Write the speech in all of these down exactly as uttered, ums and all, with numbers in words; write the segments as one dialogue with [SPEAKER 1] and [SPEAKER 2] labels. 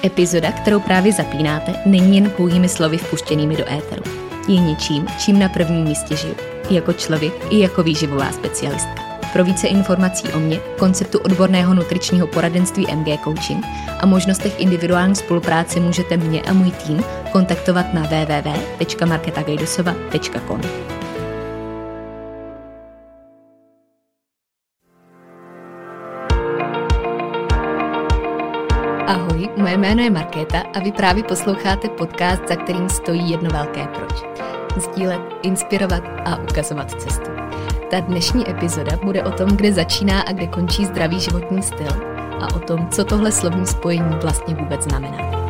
[SPEAKER 1] Epizoda, kterou právě zapínáte, není jen pouhými slovy vpuštěnými do éteru. Je něčím, čím na prvním místě žiju. I jako člověk, i jako výživová specialistka. Pro více informací o mně, konceptu odborného nutričního poradenství M G Coaching a možnostech individuální spolupráce můžete mě a můj tým kontaktovat na w w w tečka markéta gajdosova tečka com. Ahoj, moje jméno je Markéta a vy právě posloucháte podcast, za kterým stojí jedno velké proč. Sdílet, inspirovat a ukazovat cestu. Ta dnešní epizoda bude o tom, kde začíná a kde končí zdravý životní styl a o tom, co tohle slovní spojení vlastně vůbec znamená.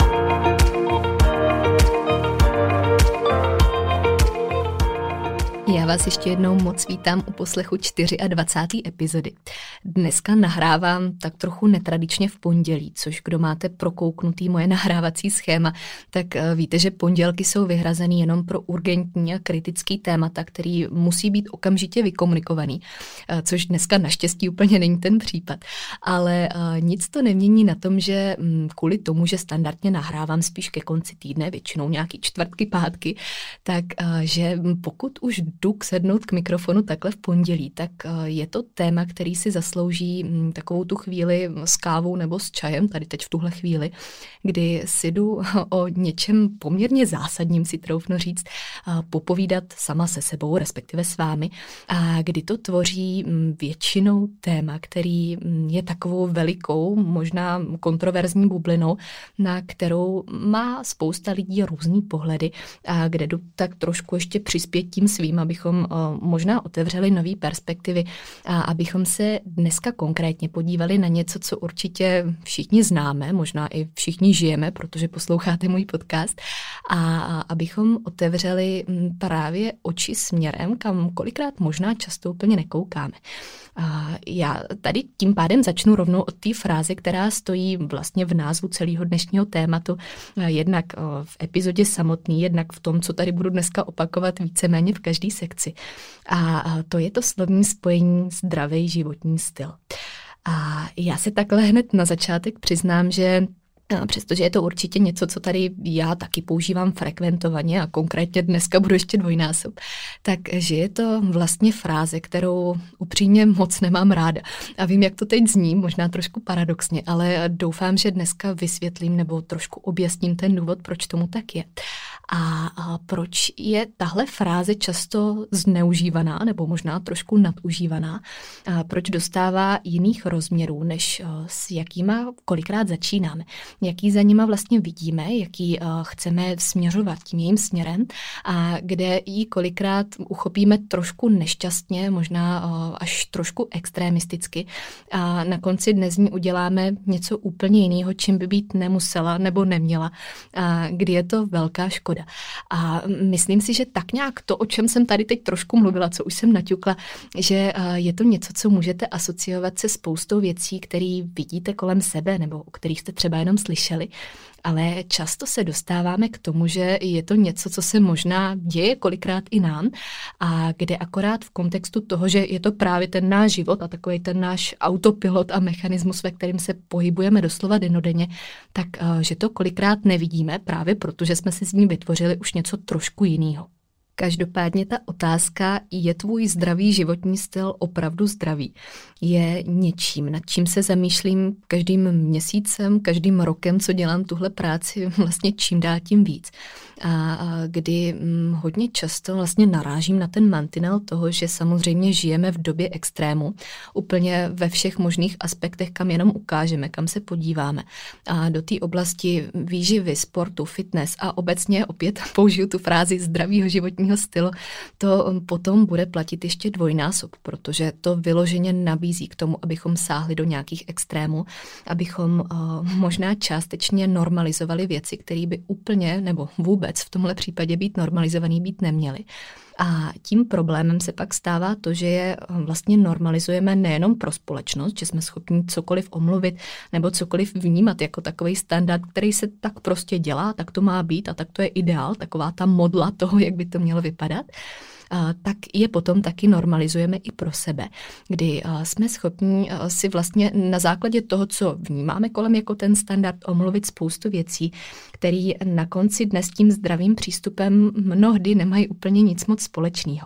[SPEAKER 1] Já vás ještě jednou moc vítám u poslechu dvacáté čtvrté epizody. Dneska nahrávám tak trochu netradičně v pondělí, což kdo máte prokouknutý moje nahrávací schéma, tak víte, že pondělky jsou vyhrazený jenom pro urgentní a kritický témata, který musí být okamžitě vykomunikovaný, což dneska naštěstí úplně není ten případ. Ale nic to nemění na tom, že kvůli tomu, že standardně nahrávám spíš ke konci týdne, většinou nějaký čtvrtky, pátky, tak že pokud už jdu k sednout k mikrofonu takhle v pondělí, tak je to téma, který si zaslouží takovou tu chvíli s kávou nebo s čajem, tady teď v tuhle chvíli, kdy si jdu o něčem poměrně zásadním, si troufnu říct, popovídat sama se sebou, respektive s vámi, a kdy to tvoří většinou téma, který je takovou velikou, možná kontroverzní bublinou, na kterou má spousta lidí různý pohledy a kde jdu tak trošku ještě přispět tím svým, abychom možná otevřeli nové perspektivy a abychom se dneska konkrétně podívali na něco, co určitě všichni známe, možná i všichni žijeme, protože posloucháte můj podcast, a abychom otevřeli právě oči směrem, kam kolikrát možná často úplně nekoukáme. Já tady tím pádem začnu rovnou od té fráze, která stojí vlastně v názvu celého dnešního tématu, jednak v epizodě samotný, jednak v tom, co tady budu dneska opakovat víceméně v každé sekci. A to je to slovní spojení zdravý životní styl. A já se takhle hned na začátek přiznám, že přestože je to určitě něco, co tady já taky používám frekventovaně a konkrétně dneska budu ještě dvojnásob, takže je to vlastně fráze, kterou upřímně moc nemám ráda. A vím, jak to teď zní, možná trošku paradoxně, ale doufám, že dneska vysvětlím nebo trošku objasním ten důvod, proč tomu tak je. A, a proč je tahle fráze často zneužívaná nebo možná trošku nadužívaná, a proč dostává jiných rozměrů, než s jakýma kolikrát začínáme. Jaký za nima vlastně vidíme, jaký uh, chceme směřovat tím jejím směrem a kde ji kolikrát uchopíme trošku nešťastně, možná uh, až trošku extremisticky a na konci dne z ní uděláme něco úplně jiného, čím by být nemusela nebo neměla, a kdy je to velká škoda. A myslím si, že tak nějak to, o čem jsem tady teď trošku mluvila, co už jsem naťukla, že uh, je to něco, co můžete asociovat se spoustou věcí, které vidíte kolem sebe nebo o kterých jste třeba jenom slyšeli, ale často se dostáváme k tomu, že je to něco, co se možná děje kolikrát i nám a kde akorát v kontextu toho, že je to právě ten náš život a takový ten náš autopilot a mechanismus, ve kterém se pohybujeme doslova dennodenně, tak že to kolikrát nevidíme právě protože jsme si z ní vytvořili už něco trošku jiného. Každopádně ta otázka, je tvůj zdravý životní styl opravdu zdravý, je něčím, nad čím se zamýšlím každým měsícem, každým rokem, co dělám tuhle práci, vlastně čím dál tím víc. A kdy hodně často vlastně narážím na ten mantinel toho, že samozřejmě žijeme v době extrému, úplně ve všech možných aspektech, kam jenom ukážeme, kam se podíváme. A do té oblasti výživy, sportu, fitness a obecně opět použiju tu frázi zdravýho životního stylu, to potom bude platit ještě dvojnásob, protože to vyloženě nabízí k tomu, abychom sáhli do nějakých extrémů, abychom uh, možná částečně normalizovali věci, které by úplně nebo vůbec v tomhle případě být normalizovaný být neměly. A tím problémem se pak stává to, že je vlastně normalizujeme nejenom pro společnost, že jsme schopni cokoliv omluvit nebo cokoliv vnímat jako takový standard, který se tak prostě dělá, tak to má být a tak to je ideál, taková ta modla toho, jak by to mělo vypadat. tak je potom taky normalizujeme i pro sebe, kdy jsme schopni si vlastně na základě toho, co vnímáme kolem jako ten standard, omluvit spoustu věcí, které na konci dne s tím zdravým přístupem mnohdy nemají úplně nic moc společného.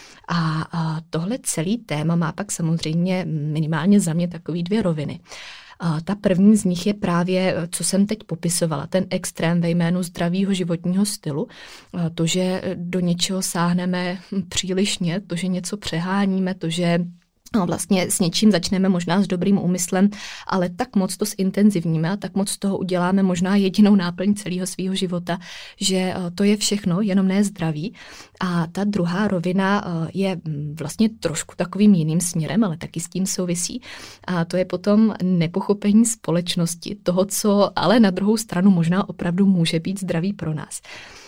[SPEAKER 1] A tohle celý téma má pak samozřejmě minimálně za mě takový dvě roviny. A ta první z nich je právě, co jsem teď popisovala, ten extrém ve jménu zdravého životního stylu, to, že do něčeho sáhneme přílišně, to, že něco přeháníme, to, že No, vlastně s něčím začneme možná s dobrým úmyslem, ale tak moc to zintenzivníme a tak moc z toho uděláme možná jedinou náplň celého svého života, že to je všechno, jenom ne zdraví. A ta druhá rovina je vlastně trošku takovým jiným směrem, ale taky s tím souvisí. A to je potom nepochopení společnosti, toho, co ale na druhou stranu možná opravdu může být zdravý pro nás.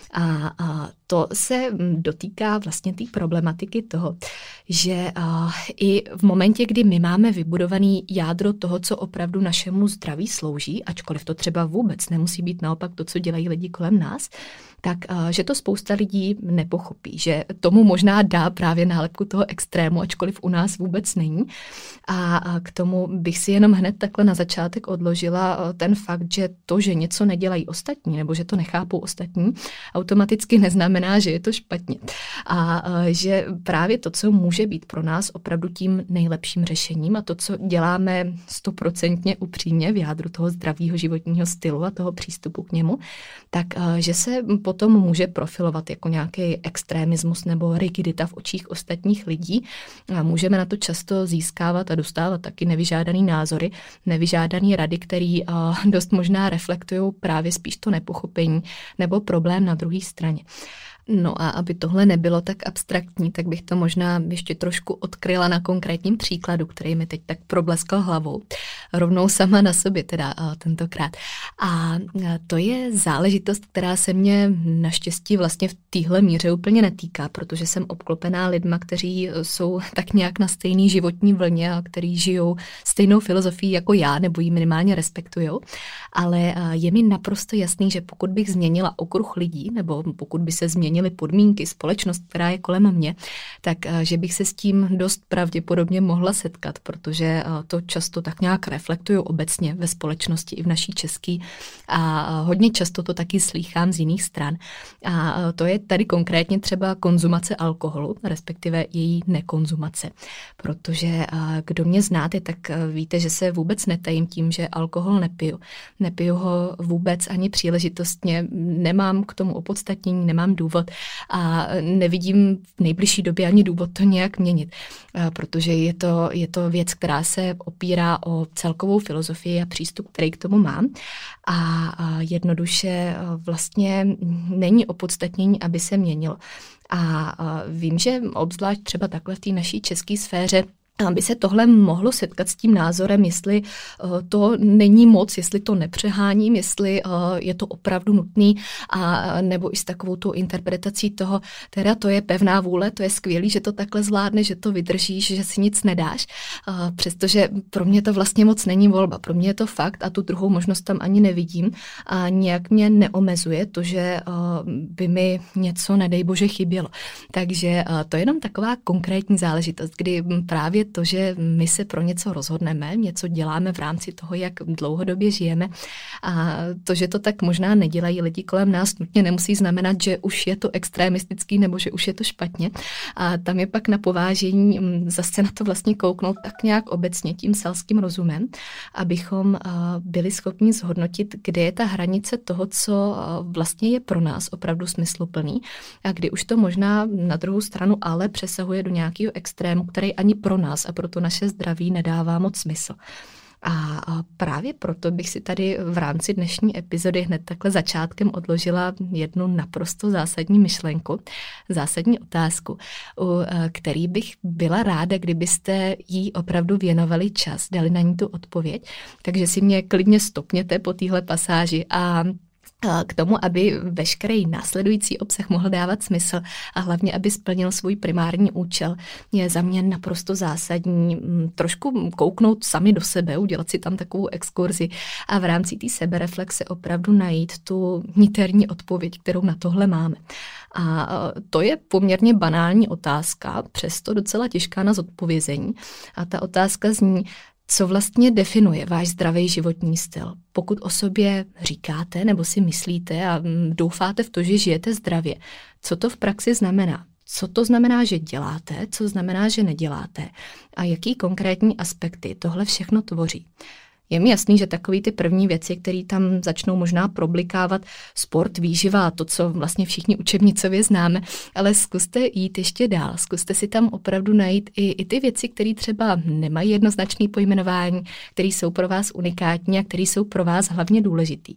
[SPEAKER 1] A, a to se dotýká vlastně té problematiky toho, že a, i v momentě, kdy my máme vybudovaný jádro toho, co opravdu našemu zdraví slouží, ačkoliv to třeba vůbec nemusí být naopak to, co dělají lidi kolem nás, tak a, že to spousta lidí nepochopí, že tomu možná dá právě nálepku toho extrému, ačkoliv u nás vůbec není. A, a k tomu bych si jenom hned takhle na začátek odložila ten fakt, že to, že něco nedělají ostatní, nebo že to nechápou ostatní, automaticky neznamená, že je to špatně. A že právě to, co může být pro nás opravdu tím nejlepším řešením a to, co děláme stoprocentně upřímně v jádru toho zdravého životního stylu a toho přístupu k němu, tak že se potom může profilovat jako nějaký extremismus nebo rigidita v očích ostatních lidí. A můžeme na to často získávat a dostávat taky nevyžádaný názory, nevyžádaný rady, který dost možná reflektují právě spíš to nepochopení nebo problém na druhé straně. No a aby tohle nebylo tak abstraktní, tak bych to možná ještě trošku odkryla na konkrétním příkladu, který mi teď tak probleskal hlavou. Rovnou sama na sobě teda tentokrát. A to je záležitost, která se mě naštěstí vlastně v téhle míře úplně netýká, protože jsem obklopená lidma, kteří jsou tak nějak na stejný životní vlně a kteří žijou stejnou filozofií jako já, nebo ji minimálně respektujou. Ale je mi naprosto jasný, že pokud bych změnila okruh lidí, nebo pokud by se změnily podmínky, společnost, která je kolem mě, tak že bych se s tím dost pravděpodobně mohla setkat, protože to často tak nějak reflektuju obecně ve společnosti i v naší české a hodně často to taky slýchám z jiných stran. A to je tady konkrétně třeba konzumace alkoholu, respektive její nekonzumace. Protože kdo mě znáte, tak víte, že se vůbec netajím tím, že alkohol nepiju. Nepiju ho vůbec ani příležitostně, nemám k tomu opodstatnění, nemám důvod a nevidím v nejbližší době ani důvod to nějak měnit, protože je to, je to věc, která se opírá o celkovou filozofii a přístup, který k tomu mám a jednoduše vlastně není opodstatnění, aby se měnilo. A vím, že obzvlášť třeba takhle v té naší české sféře aby se tohle mohlo setkat s tím názorem, jestli to není moc, jestli to nepřeháním, jestli je to opravdu nutný, a nebo i s takovou tou interpretací toho, teda to je pevná vůle, to je skvělý, že to takhle zvládne, že to vydržíš, že si nic nedáš, přestože pro mě to vlastně moc není volba, pro mě je to fakt a tu druhou možnost tam ani nevidím a nějak mě neomezuje to, že by mi něco, nedej bože, chybělo. Takže to je jenom taková konkrétní záležitost, kdy právě to, že my se pro něco rozhodneme, něco děláme v rámci toho, jak dlouhodobě žijeme a to, že to tak možná nedělají lidi kolem nás, nutně nemusí znamenat, že už je to extremistický nebo že už je to špatně. A tam je pak na povážení zase na to vlastně kouknout tak nějak obecně tím selským rozumem, abychom byli schopni zhodnotit, kde je ta hranice toho, co vlastně je pro nás opravdu smysluplný a kdy už to možná na druhou stranu ale přesahuje do nějakého extrému, který ani pro nás a pro to naše zdraví nedává moc smysl. A právě proto bych si tady v rámci dnešní epizody hned takhle začátkem odložila jednu naprosto zásadní myšlenku, zásadní otázku, u který bych byla ráda, kdybyste jí opravdu věnovali čas, dali na ní tu odpověď. Takže si mě klidně stopněte po téhle pasáži a k tomu, aby veškerý následující obsah mohl dávat smysl a hlavně, aby splnil svůj primární účel, je za mě naprosto zásadní trošku kouknout sami do sebe, udělat si tam takovou exkurzi a v rámci té sebereflexe opravdu najít tu niterní odpověď, kterou na tohle máme. A to je poměrně banální otázka, přesto docela těžká na zodpovězení. A ta otázka zní, co vlastně definuje váš zdravý životní styl? Pokud o sobě říkáte nebo si myslíte a doufáte v to, že žijete zdravě, co to v praxi znamená? Co to znamená, že děláte, co znamená, že neděláte a jaký konkrétní aspekty tohle všechno tvoří? Je mi jasný, že takový ty první věci, které tam začnou možná problikávat, sport, výživa a to, co vlastně všichni učebnicově známe, ale zkuste jít ještě dál, zkuste si tam opravdu najít i, i ty věci, které třeba nemají jednoznačné pojmenování, které jsou pro vás unikátní a které jsou pro vás hlavně důležitý.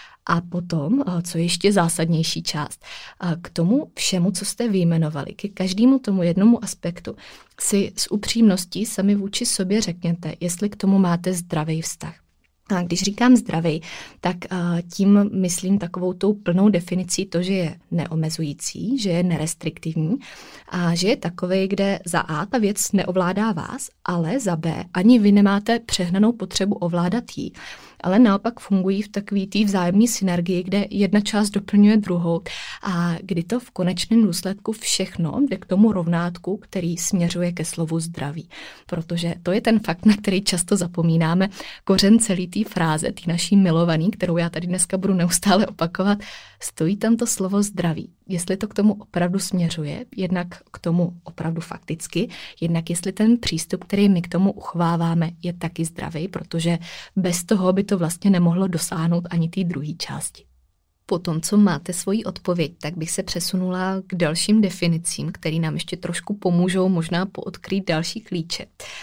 [SPEAKER 1] A potom, co je ještě zásadnější část, k tomu všemu, co jste vyjmenovali, k každému tomu jednomu aspektu, si s upřímností sami vůči sobě řekněte, jestli k tomu máte zdravý vztah. A když říkám zdravý, tak tím myslím takovou tou plnou definicí to, že je neomezující, že je nerestriktivní a že je takovej, kde za A ta věc neovládá vás, ale za B ani vy nemáte přehnanou potřebu ovládat jí, ale naopak fungují v takové té vzájemné synergii, kde jedna část doplňuje druhou a kdy to v konečném důsledku všechno jde k tomu rovnátku, který směřuje ke slovu zdraví. Protože to je ten fakt, na který často zapomínáme, kořen celý té fráze, té naší milovaný, kterou já tady dneska budu neustále opakovat, stojí tam to slovo zdraví. Jestli to k tomu opravdu směřuje, jednak k tomu opravdu fakticky, jednak jestli ten přístup, který my k tomu uchováváme, je taky zdravý, protože bez toho by to vlastně nemohlo dosáhnout ani té druhé části. Po tom, co máte svoji odpověď, tak bych se přesunula k dalším definicím, které nám ještě trošku pomůžou možná poodkrýt další klíče.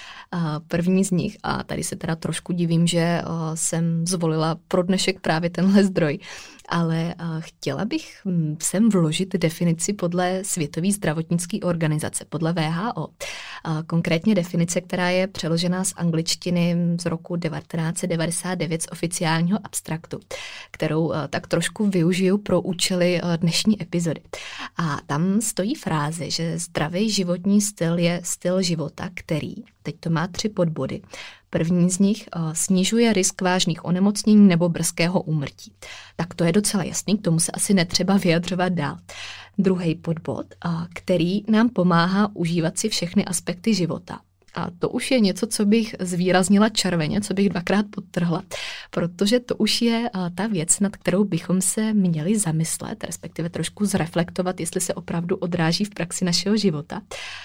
[SPEAKER 1] První z nich, a tady se teda trošku divím, že jsem zvolila pro dnešek právě tenhle zdroj, ale chtěla bych sem vložit definici podle Světové zdravotnické organizace, podle W H O. Konkrétně definice, která je přeložená z angličtiny z roku devatenáct set devadesát devět z oficiálního abstraktu, kterou tak trošku využiju pro účely dnešní epizody. A tam stojí fráze, že zdravý životní styl je styl života, který, teď to má tři podbody. První z nich uh, snižuje risk vážných onemocnění nebo brzkého úmrtí. Tak to je docela jasný, k tomu se asi netřeba vyjadřovat dál. Druhý podbod, uh, který nám pomáhá užívat si všechny aspekty života. A to už je něco, co bych zvýraznila červeně, co bych dvakrát podtrhla, protože to už je uh, ta věc, nad kterou bychom se měli zamyslet, respektive trošku zreflektovat, jestli se opravdu odráží v praxi našeho života.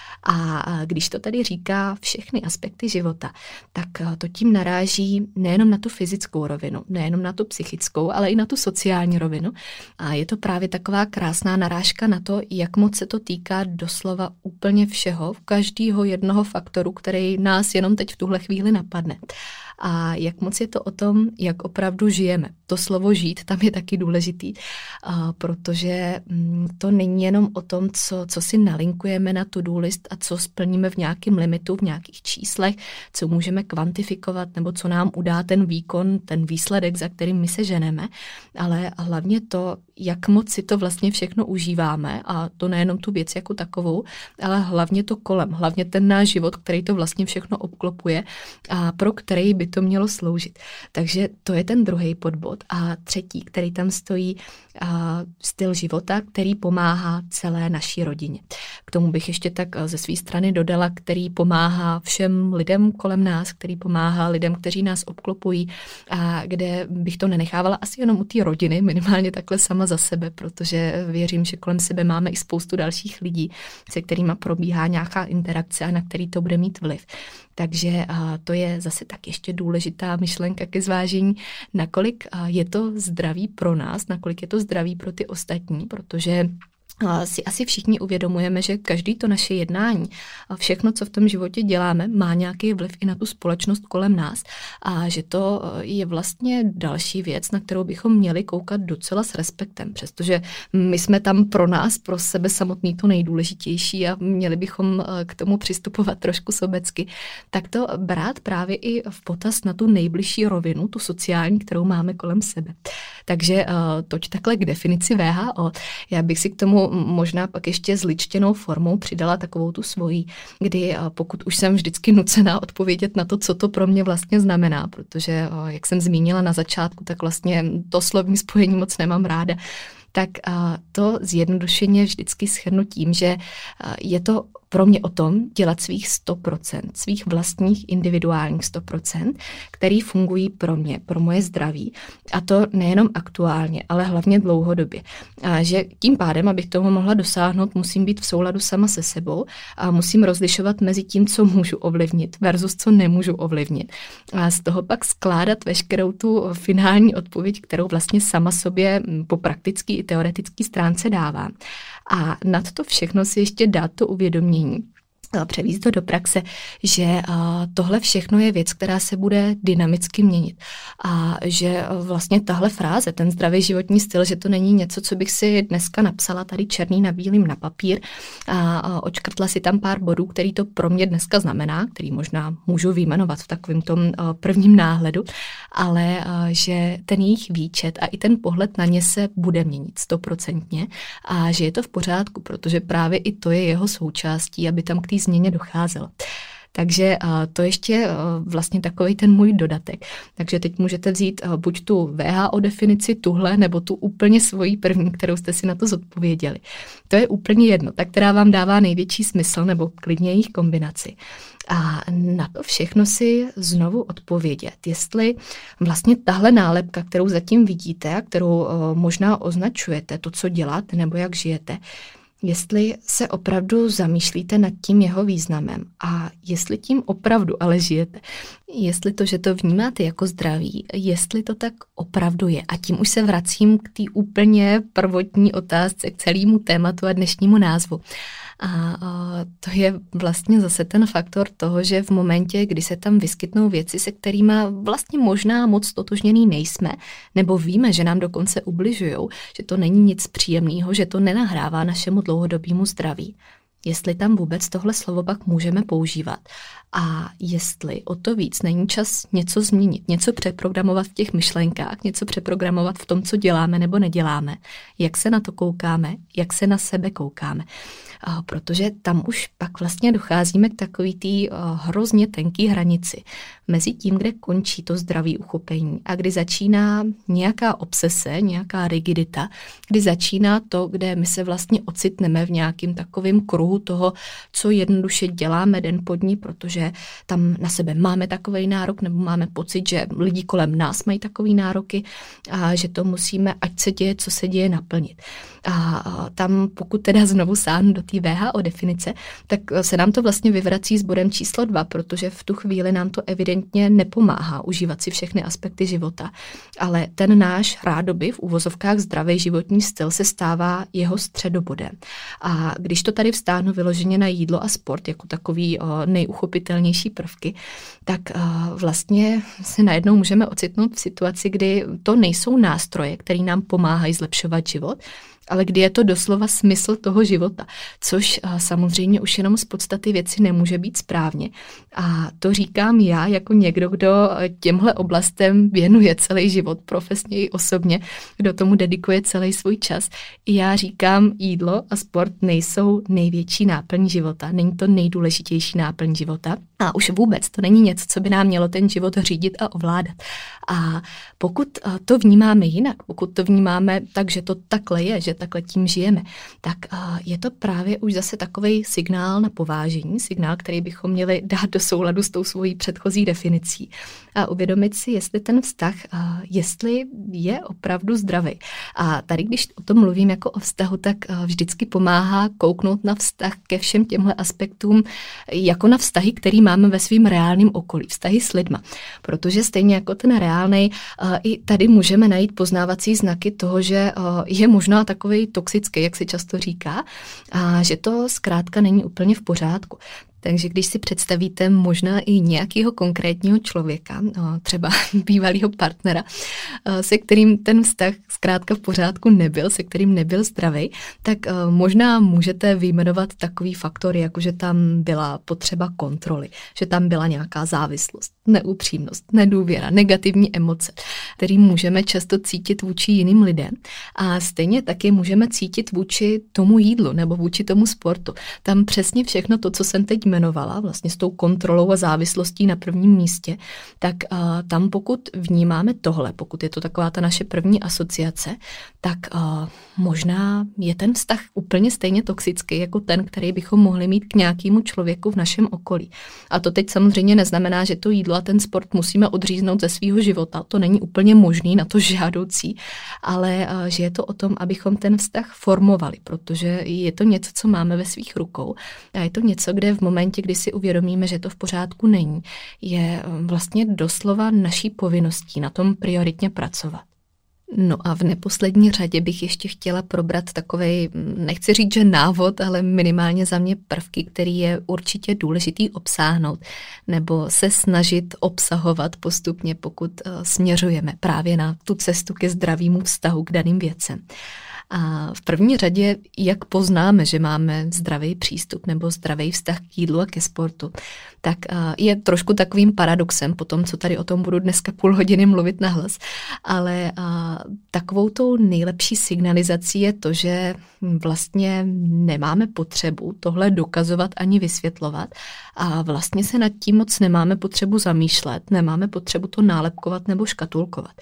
[SPEAKER 1] A když to tady říká všechny aspekty života, tak to tím naráží nejenom na tu fyzickou rovinu, nejenom na tu psychickou, ale i na tu sociální rovinu. A je to právě taková krásná narážka na to, jak moc se to týká doslova úplně všeho, každého jednoho faktoru, který nás jenom teď v tuhle chvíli napadne. A jak moc je to o tom, jak opravdu žijeme. To slovo žít tam je taky důležitý, protože to není jenom o tom, co, co si nalinkujeme na to-do list a co splníme v nějakém limitu, v nějakých číslech, co můžeme kvantifikovat nebo co nám udá ten výkon, ten výsledek, za kterým my se ženeme, ale hlavně to, jak moc si to vlastně všechno užíváme a to nejenom tu věc jako takovou, ale hlavně to kolem, hlavně ten náš život, který to vlastně všechno obklopuje a pro který by to mělo sloužit. Takže to je ten druhý podbod. A třetí, který tam stojí, a styl života, který pomáhá celé naší rodině. K tomu bych ještě tak ze své strany dodala, který pomáhá všem lidem kolem nás, který pomáhá lidem, kteří nás obklopují a kde bych to nenechávala asi jenom u té rodiny, minimálně takhle sama za sebe, protože věřím, že kolem sebe máme i spoustu dalších lidí, se kterými probíhá nějaká interakce a na který to bude mít vliv. Takže to je zase tak ještě důležitá myšlenka ke zvážení, nakolik je to zdraví pro nás, nakolik je to zdraví pro ty ostatní, protože si asi všichni uvědomujeme, že každý to naše jednání a všechno, co v tom životě děláme, má nějaký vliv i na tu společnost kolem nás a že to je vlastně další věc, na kterou bychom měli koukat docela s respektem, přestože my jsme tam pro nás, pro sebe samotný to nejdůležitější a měli bychom k tomu přistupovat trošku sobecky, tak to brát právě i v potaz na tu nejbližší rovinu, tu sociální, kterou máme kolem sebe. Takže toť takhle k definici V H O. Já bych si k tomu možná pak ještě zličtěnou formou přidala takovou tu svoji, kdy pokud už jsem vždycky nucená odpovědět na to, co to pro mě vlastně znamená, protože, jak jsem zmínila na začátku, tak vlastně to slovní spojení moc nemám ráda, tak to zjednodušeně vždycky shrnu tím, že je to pro mě o tom dělat svých sto procent, svých vlastních individuálních sto procent, který fungují pro mě, pro moje zdraví. A to nejenom aktuálně, ale hlavně dlouhodobě. A že tím pádem, abych toho mohla dosáhnout, musím být v souladu sama se sebou a musím rozlišovat mezi tím, co můžu ovlivnit versus co nemůžu ovlivnit. A z toho pak skládat veškerou tu finální odpověď, kterou vlastně sama sobě po praktické i teoretické stránce dávám. A nad to všechno si ještě dát to uvědomění, převízt to do praxe, že tohle všechno je věc, která se bude dynamicky měnit. A že vlastně tahle fráze, ten zdravý životní styl, že to není něco, co bych si dneska napsala tady černý na bílým na papír a odškrtla si tam pár bodů, který to pro mě dneska znamená, který možná můžu vyjmenovat v takovém tom prvním náhledu, ale že ten jejich výčet a i ten pohled na ně se bude měnit stoprocentně a že je to v pořádku, protože právě i to je jeho součástí, aby tam k té změně docházelo. Takže to ještě vlastně takový ten můj dodatek. Takže teď můžete vzít buď tu V H O definici, tuhle, nebo tu úplně svoji první, kterou jste si na to zodpověděli. To je úplně jedno, ta, která vám dává největší smysl, nebo klidně jejich kombinaci. A na to všechno si znovu odpovědět, jestli vlastně tahle nálepka, kterou zatím vidíte a kterou možná označujete, to, co děláte nebo jak žijete, jestli se opravdu zamýšlíte nad tím jeho významem a jestli tím opravdu ale žijete, jestli to, že to vnímáte jako zdraví, jestli to tak opravdu je. A tím už se vracím k té úplně prvotní otázce, k celému tématu a dnešnímu názvu. A to je vlastně zase ten faktor toho, že v momentě, kdy se tam vyskytnou věci, se kterými vlastně možná moc totožněný nejsme, nebo víme, že nám dokonce ubližujou, že to není nic příjemného, že to nenahrává našemu dlouhodobému zdraví. Jestli tam vůbec tohle slovo pak můžeme používat a jestli o to víc není čas něco změnit, něco přeprogramovat v těch myšlenkách, něco přeprogramovat v tom, co děláme nebo neděláme, jak se na to koukáme, jak se na sebe koukáme. A protože tam už pak vlastně docházíme k takový tý hrozně tenký hranici mezi tím, kde končí to zdravý uchopení a kdy začíná nějaká obsese, nějaká rigidita, kdy začíná to, kde my se vlastně ocitneme v nějakým takovým kruhu toho, co jednoduše děláme den po dní, protože tam na sebe máme takovej nárok, nebo máme pocit, že lidi kolem nás mají takový nároky a že to musíme, ať se děje, co se děje, naplnit. A tam, pokud teda znovu sáhnu do té V H O definice, tak se nám to vlastně vyvrací s bodem číslo dva, protože v tu chvíli nám to evidentně nepomáhá užívat si všechny aspekty života. Ale ten náš rádoby v uvozovkách zdravý životní styl se stává jeho středobodem. A když to tady vstáhnu vyloženě na jídlo a sport jako takový o, nejuchopitelnější prvky, tak o, vlastně se najednou můžeme ocitnout v situaci, kdy to nejsou nástroje, které nám pomáhají zlepšovat život, ale kdy je to doslova smysl toho života, což samozřejmě už jenom z podstaty věci nemůže být správně. A to říkám já jako někdo, kdo těmhle oblastem věnuje celý život, profesně i osobně, kdo tomu dedikuje celý svůj čas. I já říkám, jídlo a sport nejsou největší náplň života, není to nejdůležitější náplň života. A už vůbec to není něco, co by nám mělo ten život řídit a ovládat. A pokud to vnímáme jinak, pokud to vnímáme tak, že to takhle je, že takhle tím žijeme, tak je to právě už zase takovej signál na povážení, signál, který bychom měli dát do souladu s tou svojí předchozí definicí a uvědomit si, jestli ten vztah, jestli je opravdu zdravý. A tady, když o tom mluvím jako o vztahu, tak vždycky pomáhá kouknout na vztah ke všem těmhle aspektům, jako na vztahy, který máme ve svým reálném okolí, vztahy s lidma. Protože stejně jako ten reálnej, i tady můžeme najít poznávací znaky toho, že je možná takový toxický, jak se často říká, a že to zkrátka není úplně v pořádku. Takže když si představíte možná i nějakého konkrétního člověka, třeba bývalého partnera, se kterým ten vztah zkrátka v pořádku nebyl, se kterým nebyl zdravý, tak možná můžete vyjmenovat takový faktor, jako že tam byla potřeba kontroly, že tam byla nějaká závislost. neupřímnost, nedůvěra, negativní emoce, které můžeme často cítit vůči jiným lidem a stejně taky můžeme cítit vůči tomu jídlu nebo vůči tomu sportu. Tam přesně všechno to, co jsem teď jmenovala, vlastně s tou kontrolou a závislostí na prvním místě, tak uh, tam pokud vnímáme tohle, pokud je to taková ta naše první asociace, tak uh, možná je ten vztah úplně stejně toxický jako ten, který bychom mohli mít k nějakému člověku v našem okolí. A to teď samozřejmě neznamená, že to jídlo a ten sport musíme odříznout ze svého života. To není úplně možný, na to žádoucí, ale uh, že je to o tom, abychom ten vztah formovali, protože je to něco, co máme ve svých rukou a je to něco, kde v momentě, kdy si uvědomíme, že to v pořádku není, je vlastně doslova naší povinností na tom prioritně pracovat. No a v neposlední řadě bych ještě chtěla probrat takovej, nechci říct, že návod, ale minimálně za mě prvky, který je určitě důležitý obsáhnout nebo se snažit obsahovat postupně, pokud směřujeme právě na tu cestu ke zdravému vztahu k daným věcem. A v první řadě, jak poznáme, že máme zdravý přístup nebo zdravý vztah k jídlu a ke sportu, tak je trošku takovým paradoxem po tom, co tady o tom budu dneska půl hodiny mluvit nahlas, ale takovou tou nejlepší signalizací je to, že vlastně nemáme potřebu tohle dokazovat ani vysvětlovat a vlastně se nad tím moc nemáme potřebu zamýšlet, nemáme potřebu to nálepkovat nebo škatulkovat.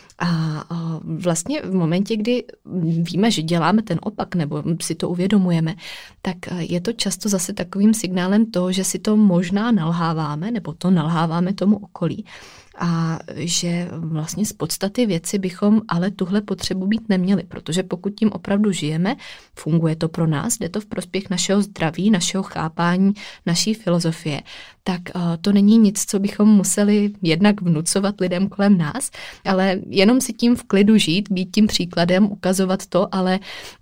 [SPEAKER 1] A vlastně v momentě, kdy víme, že děláme ten opak nebo si to uvědomujeme, tak je to často zase takovým signálem toho, že si to možná nalháváme nebo to nalháváme tomu okolí. A že vlastně z podstaty věci bychom ale tuhle potřebu být neměli, protože pokud tím opravdu žijeme, funguje to pro nás, jde to v prospěch našeho zdraví, našeho chápání, naší filozofie, tak to není nic, co bychom museli jednak vnucovat lidem kolem nás, ale jenom si tím v klidu žít, být tím příkladem, ukazovat to, ale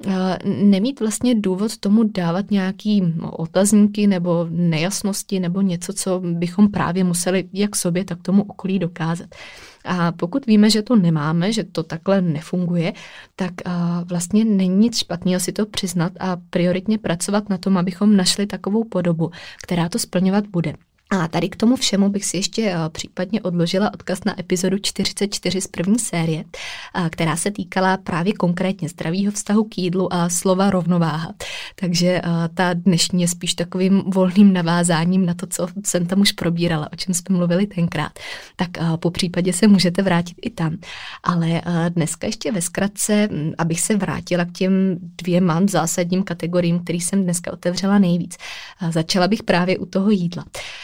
[SPEAKER 1] nemít vlastně důvod tomu dávat nějaký otazníky nebo nejasnosti nebo něco, co bychom právě museli jak sobě, tak tomu okolí dokázat. A pokud víme, že to nemáme, že to takhle nefunguje, tak vlastně není nic špatného si to přiznat a prioritně pracovat na tom, abychom našli takovou podobu, která to splňovat bude. A tady k tomu všemu bych si ještě případně odložila odkaz na epizodu čtyřicet čtyři z první série, která se týkala právě konkrétně zdravého vztahu k jídlu a slova rovnováha. Takže ta dnešní je spíš takovým volným navázáním na to, co jsem tam už probírala, o čem jsme mluvili tenkrát. Tak po případě se můžete vrátit i tam. Ale dneska ještě ve zkratce, abych se vrátila k těm dvěma zásadním kategoriím, který jsem dneska otevřela nejvíc. Začala bych právě u toho jídla,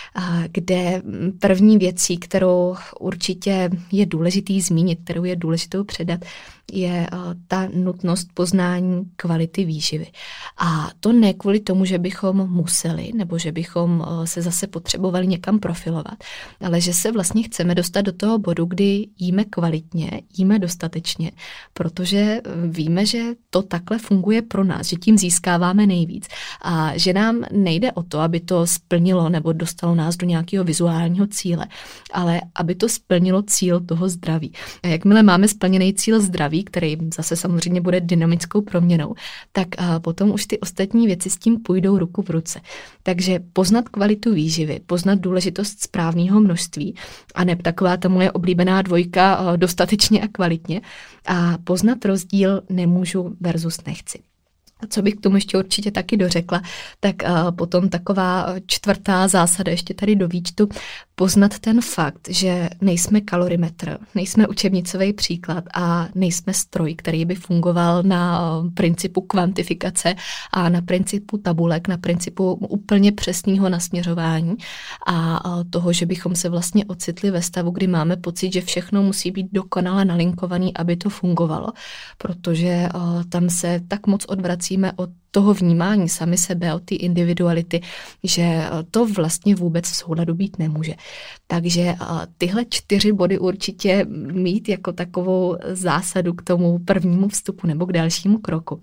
[SPEAKER 1] kde první věcí, kterou určitě je důležitý zmínit, kterou je důležitou předat, je ta nutnost poznání kvality výživy. A to ne kvůli tomu, že bychom museli, nebo že bychom se zase potřebovali někam profilovat, ale že se vlastně chceme dostat do toho bodu, kdy jíme kvalitně, jíme dostatečně, protože víme, že to takhle funguje pro nás, že tím získáváme nejvíc. A že nám nejde o to, aby to splnilo nebo dostalo nás do nějakého vizuálního cíle, ale aby to splnilo cíl toho zdraví. A jakmile máme splněný cíl zdraví, který zase samozřejmě bude dynamickou proměnou, tak potom už ty ostatní věci s tím půjdou ruku v ruce. Takže poznat kvalitu výživy, poznat důležitost správného množství a ne taková ta moje oblíbená dvojka dostatečně a kvalitně a poznat rozdíl nemůžu versus nechci. A co bych k tomu ještě určitě taky dořekla, tak uh, potom taková čtvrtá zásada ještě tady do výčtu, poznat ten fakt, že nejsme kalorimetr, nejsme učebnicový příklad a nejsme stroj, který by fungoval na uh, principu kvantifikace a na principu tabulek, na principu úplně přesného nasměřování a uh, toho, že bychom se vlastně ocitli ve stavu, kdy máme pocit, že všechno musí být dokonale nalinkovaný, aby to fungovalo, protože uh, tam se tak moc odvrací od toho vnímání sami sebe, od té individuality, že to vlastně vůbec v souladu být nemůže. Takže tyhle čtyři body určitě mít jako takovou zásadu k tomu prvnímu vstupu nebo k dalšímu kroku.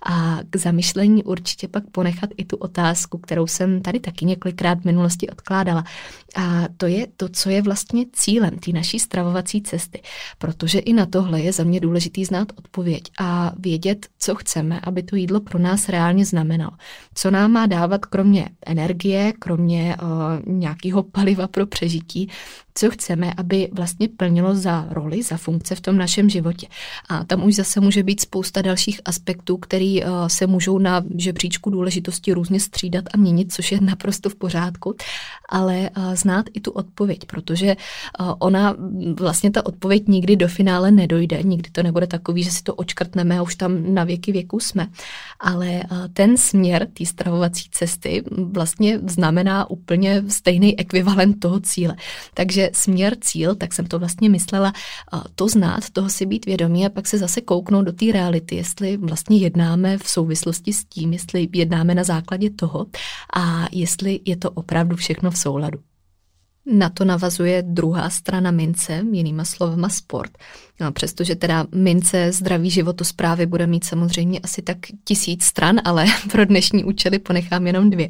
[SPEAKER 1] A k zamyšlení určitě pak ponechat i tu otázku, kterou jsem tady taky několikrát v minulosti odkládala. A to je to, co je vlastně cílem té naší stravovací cesty. Protože i na tohle je za mě důležitý znát odpověď a vědět, co chceme, aby to jídlo pro nás reálně znamenalo. Co nám má dávat kromě energie, kromě uh, nějakého paliva pro přežití, co chceme, aby vlastně plnilo za roli, za funkce v tom našem životě. A tam už zase může být spousta dalších aspektů, které uh, se můžou na žebříčku důležitosti různě střídat a měnit, což je naprosto v pořádku, ale uh, znát i tu odpověď, protože uh, ona vlastně ta odpověď nikdy do finále nedojde, nikdy to nebude takový, že si to očkrtneme a už tam na věky věku jsme. Ale uh, ten směr té stravovací cesty vlastně znamená úplně stejný ekvivalent toho cíle. Takže směr, cíl, tak jsem to vlastně myslela, to znát, toho si být vědomí a pak se zase kouknout do té reality, jestli vlastně jednáme v souvislosti s tím, jestli jednáme na základě toho a jestli je to opravdu všechno v souladu. Na to navazuje druhá strana mince, jinýma slovama sport. No, přestože teda mince zdraví životosprávy bude mít samozřejmě asi tak tisíc stran, ale pro dnešní účely ponechám jenom dvě.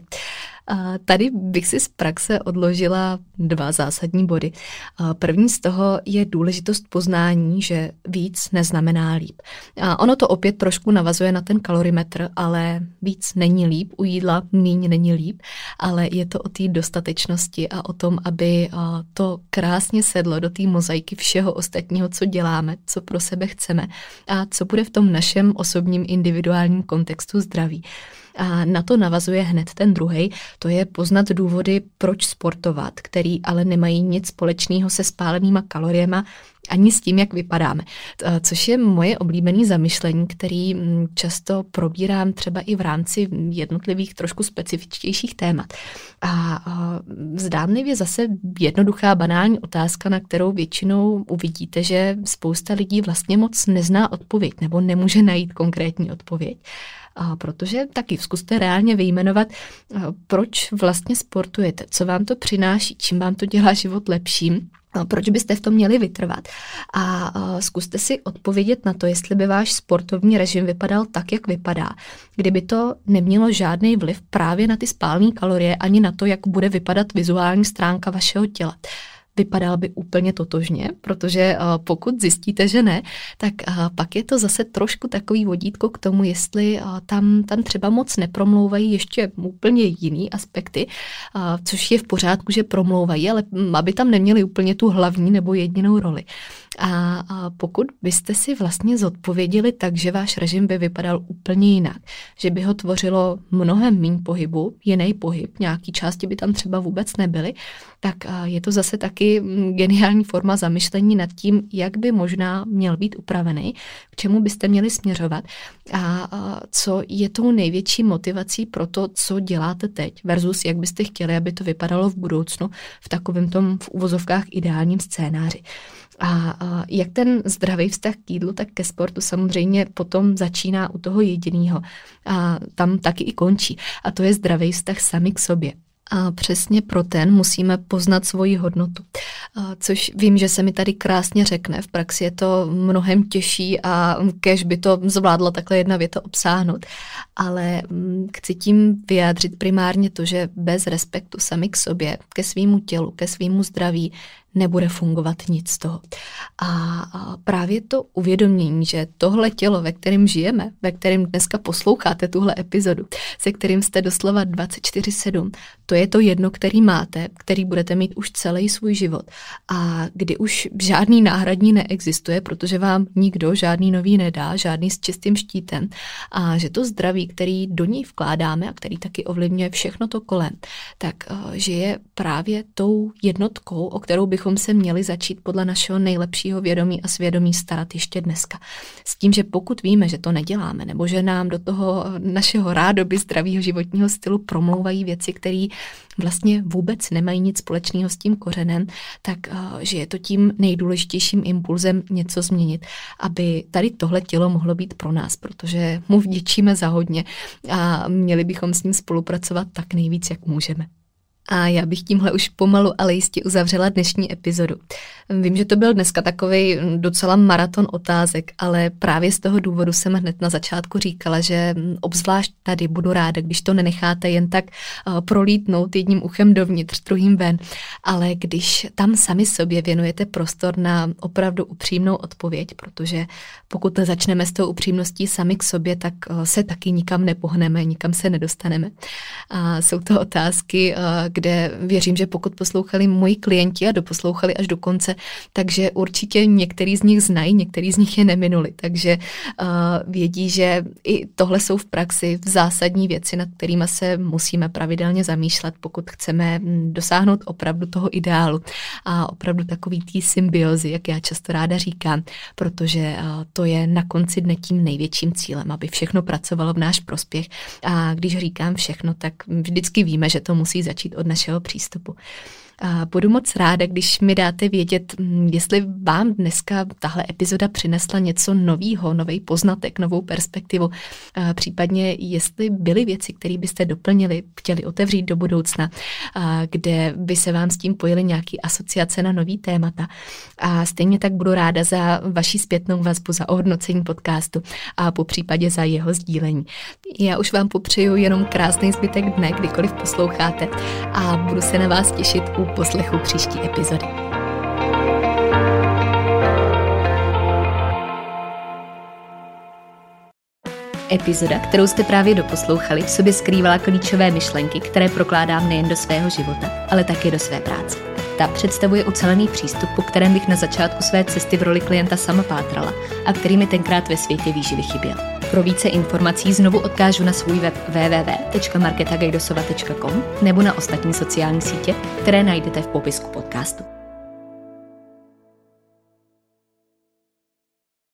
[SPEAKER 1] A tady bych si z praxe odložila dva zásadní body. A první z toho je důležitost poznání, že víc neznamená líp. A ono to opět trošku navazuje na ten kalorimetr, ale víc není líp, u jídla míň není líp, ale je to o té dostatečnosti a o tom, aby to krásně sedlo do té mozaiky všeho ostatního, co děláme, co pro sebe chceme a co bude v tom našem osobním individuálním kontextu zdraví. A na to navazuje hned ten druhej, to je poznat důvody, proč sportovat, který ale nemají nic společného se spálenýma kaloriema ani s tím, jak vypadáme. Což je moje oblíbené zamyšlení, který často probírám třeba i v rámci jednotlivých trošku specifičtějších témat. A zdánlivě zase jednoduchá banální otázka, na kterou většinou uvidíte, že spousta lidí vlastně moc nezná odpověď nebo nemůže najít konkrétní odpověď. A protože taky zkuste reálně vyjmenovat, proč vlastně sportujete, co vám to přináší, čím vám to dělá život lepším, proč byste v tom měli vytrvat. A zkuste si odpovědět na to, jestli by váš sportovní režim vypadal tak, jak vypadá, kdyby to nemělo žádný vliv právě na ty spálné kalorie, ani na to, jak bude vypadat vizuální stránka vašeho těla. Vypadal by úplně totožně, protože pokud zjistíte, že ne, tak pak je to zase trošku takový vodítko k tomu, jestli tam, tam třeba moc nepromlouvají ještě úplně jiný aspekty, což je v pořádku, že promlouvají, ale aby tam neměli úplně tu hlavní nebo jedinou roli. A pokud byste si vlastně zodpověděli tak, že váš režim by vypadal úplně jinak, že by ho tvořilo mnohem méně pohybu, jiný pohyb, nějaký části by tam třeba vůbec nebyly, tak je to zase taky geniální forma zamyšlení nad tím, jak by možná měl být upravený, k čemu byste měli směřovat a co je tou největší motivací pro to, co děláte teď versus jak byste chtěli, aby to vypadalo v budoucnu v takovém tom v uvozovkách ideálním scénáři. A jak ten zdravý vztah k jídlu, tak ke sportu samozřejmě potom začíná u toho jediného. A tam taky i končí. A to je zdravý vztah sami k sobě. A přesně pro ten musíme poznat svoji hodnotu. Což vím, že se mi tady krásně řekne. V praxi je to mnohem těžší a kéž by to zvládla takhle jedna věta obsáhnout. Ale chci tím vyjádřit primárně to, že bez respektu sami k sobě, ke svýmu tělu, ke svýmu zdraví, nebude fungovat nic z toho. A právě to uvědomění, že tohle tělo, ve kterém žijeme, ve kterém dneska posloucháte tuhle epizodu, se kterým jste doslova dvacet čtyři sedm, to je to jedno, který máte, který budete mít už celý svůj život. A kdy už žádný náhradní neexistuje, protože vám nikdo žádný nový nedá, žádný s čistým štítem. A že to zdraví, který do něj vkládáme a který taky ovlivňuje všechno to kolem, tak že je právě tou jednotkou, o kterou bych bychom se měli začít podle našeho nejlepšího vědomí a svědomí starat ještě dneska. S tím, že pokud víme, že to neděláme, nebo že nám do toho našeho rádoby zdravého životního stylu promlouvají věci, které vlastně vůbec nemají nic společného s tím kořenem, tak že je to tím nejdůležitějším impulzem něco změnit, aby tady tohle tělo mohlo být pro nás, protože mu vděčíme za hodně a měli bychom s ním spolupracovat tak nejvíc, jak můžeme. A já bych tímhle už pomalu, ale jistě uzavřela dnešní epizodu. Vím, že to byl dneska takovej docela maraton otázek, ale právě z toho důvodu jsem hned na začátku říkala, že obzvlášť tady budu ráda, když to nenecháte jen tak prolítnout jedním uchem dovnitř, druhým ven, ale když tam sami sobě věnujete prostor na opravdu upřímnou odpověď, protože pokud začneme s tou upřímností sami k sobě, tak se taky nikam nepohneme, nikam se nedostaneme. A jsou to otázky, kde věřím, že pokud poslouchali moji klienti a doposlouchali až do konce, takže určitě některý z nich znají, některý z nich je neminuli, takže uh, vědí, že i tohle jsou v praxi v zásadní věci, nad kterými se musíme pravidelně zamýšlet, pokud chceme dosáhnout opravdu toho ideálu a opravdu takový tý symbiozy, jak já často ráda říkám, protože uh, to je na konci dne tím největším cílem, aby všechno pracovalo v náš prospěch. A když říkám všechno, tak vždycky víme, že to musí začít od našeho přístupu. A budu moc ráda, když mi dáte vědět, jestli vám dneska tahle epizoda přinesla něco novýho, nový poznatek, novou perspektivu, a případně jestli byly věci, které byste doplnili, chtěli otevřít do budoucna, a kde by se vám s tím pojily nějaké asociace na nový témata. A stejně tak budu ráda za vaši zpětnou vazbu, za ohodnocení podcastu a po případě za jeho sdílení. Já už vám popřeju jenom krásný zbytek dne, kdykoliv posloucháte a budu se na vás těšit u poslechu příští epizody. Epizoda, kterou jste právě doposlouchali, v sobě skrývala klíčové myšlenky, které prokládám nejen do svého života, ale také do své práce. Ta představuje ucelený přístup, po kterém bych na začátku své cesty v roli klienta sama pátrala a který mi tenkrát ve světě výživy chyběl. Pro více informací znovu odkážu na svůj web w w w tečka marketa gajdosova tečka com nebo na ostatní sociální sítě, které najdete v popisku podcastu.